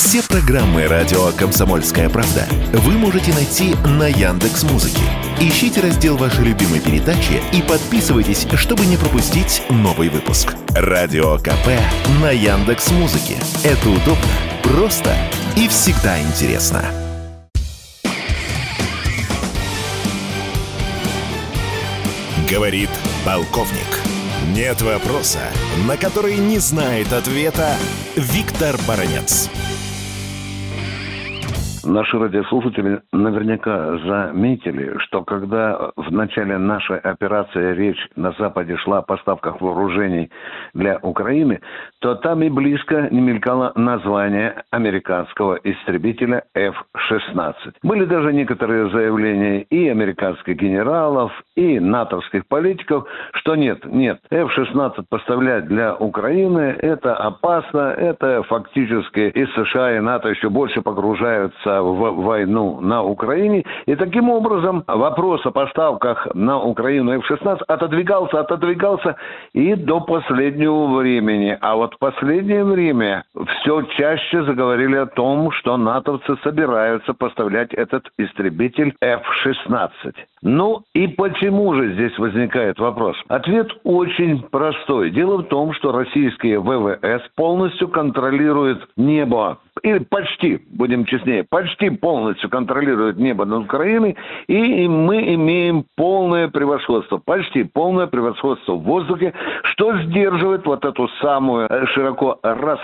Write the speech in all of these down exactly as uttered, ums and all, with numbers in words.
Все программы радио «Комсомольская правда» вы можете найти на Яндекс.Музыке. Ищите раздел вашей любимой передачи и подписывайтесь, чтобы не пропустить новый выпуск. Радио КП на Яндекс.Музыке. Это удобно, просто и всегда интересно. Говорит полковник. Нет вопроса, на который не знает ответа Виктор Баранец. Наши радиослушатели наверняка заметили, что когда в начале нашей операции речь на Западе шла о поставках вооружений для Украины, то там и близко не мелькало название американского истребителя эф шестнадцать. Были даже некоторые заявления и американских генералов, и натовских политиков, что нет, нет, эф шестнадцать поставлять для Украины – это опасно, это фактически и США, и НАТО еще больше погружаются в войну на Украине. И таким образом вопрос о поставках на Украину эф шестнадцать отодвигался, отодвигался и до последнего времени. А вот в последнее время все чаще заговорили о том, что натовцы собираются поставлять этот истребитель эф шестнадцать. Ну и почему же здесь возникает вопрос? Ответ очень простой. Дело в том, что российские вэ вэ эс полностью контролируют небо. Или почти, будем честнее, почти полностью контролируют небо над Украиной, и мы имеем полное превосходство, почти полное превосходство в воздухе, что сдерживает вот эту самую широко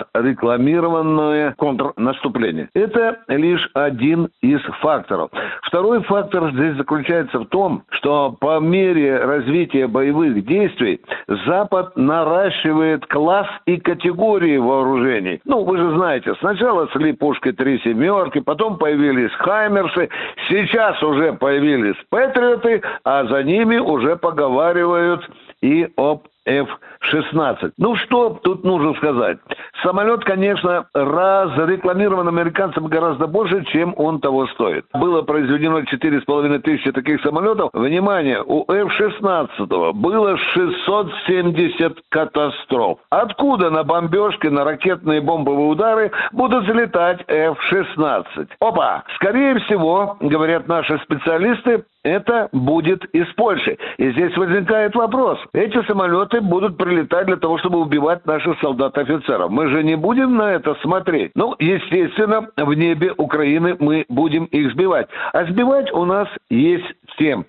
разрекламированное контрнаступление. Это лишь один из факторов. Второй фактор здесь заключается в том, что по мере развития боевых действий Запад наращивает класс и категории вооружений. Ну, вы же знаете, сначала шли пушки три семерки, потом появились хаймерсы, сейчас уже появились патриоты, а за ними уже поговаривают и об эф шестнадцать. Ну, что тут нужно сказать? Самолет, конечно, разрекламирован американцам гораздо больше, чем он того стоит. Было произведено четыре с половиной тысячи таких самолетов. Внимание, у эф шестнадцать было шестьсот семьдесят катастроф. Откуда на бомбежки, на ракетные бомбовые удары будут залетать эф шестнадцать? Опа! Скорее всего, говорят наши специалисты, это будет из Польши. И здесь возникает вопрос. Эти самолеты будут прилетать для того, чтобы убивать наших солдат-офицеров. Мы же не будем на это смотреть. Ну, естественно, в небе Украины мы будем их сбивать. А сбивать у нас есть с чем.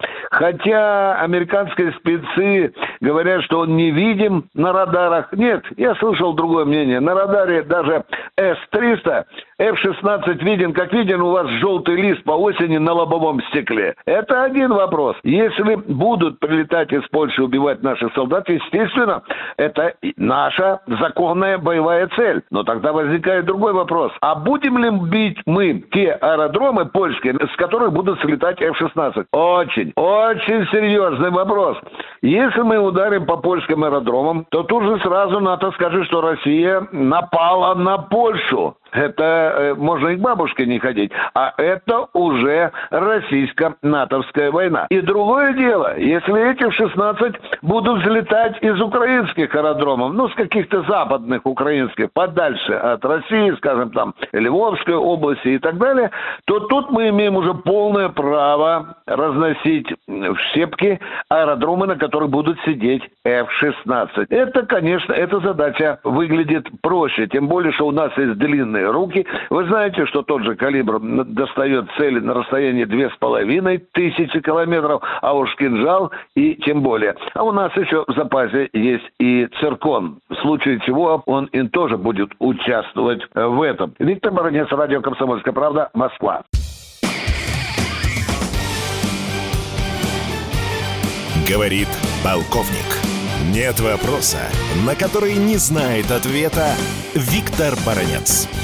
Хотя американские спецы говорят, что он не видим на радарах. Нет, я слышал другое мнение. На радаре даже эс триста, эф шестнадцать виден, как виден у вас желтый лист по осени на лобовом стекле. Это один вопрос. Если будут прилетать из Польши убивать наших солдат, естественно, это наша законная боевая цель. Но тогда возникает другой вопрос. А будем ли бить мы те аэродромы польские, с которых будут слетать эф шестнадцать? Очень, очень серьезный вопрос. Если мы ударим по польским аэродромам, то тут же сразу НАТО скажет, что Россия напала на Польшу. Это э, можно и к бабушке не ходить. А это уже российско-натовская война. И другое дело, если эти эф шестнадцать будут взлетать из украинских аэродромов, ну, с каких-то западных украинских, подальше от России, скажем, там, Львовской области и так далее, то тут мы имеем уже полное право разносить в щепки аэродромы, на которых будут сидеть эф шестнадцать. Это, конечно, эта задача выглядит проще, тем более, что у нас есть длинные руки. Вы знаете, что тот же калибр достает цели на расстоянии две с половиной тысячи километров, а уж кинжал и тем более. А у нас еще в запасе есть и циркон, в случае чего он и тоже будет участвовать в этом. Виктор Баранец, радио «Комсомольская правда», Москва. Говорит полковник. Нет вопроса, на который не знает ответа Виктор Баранец.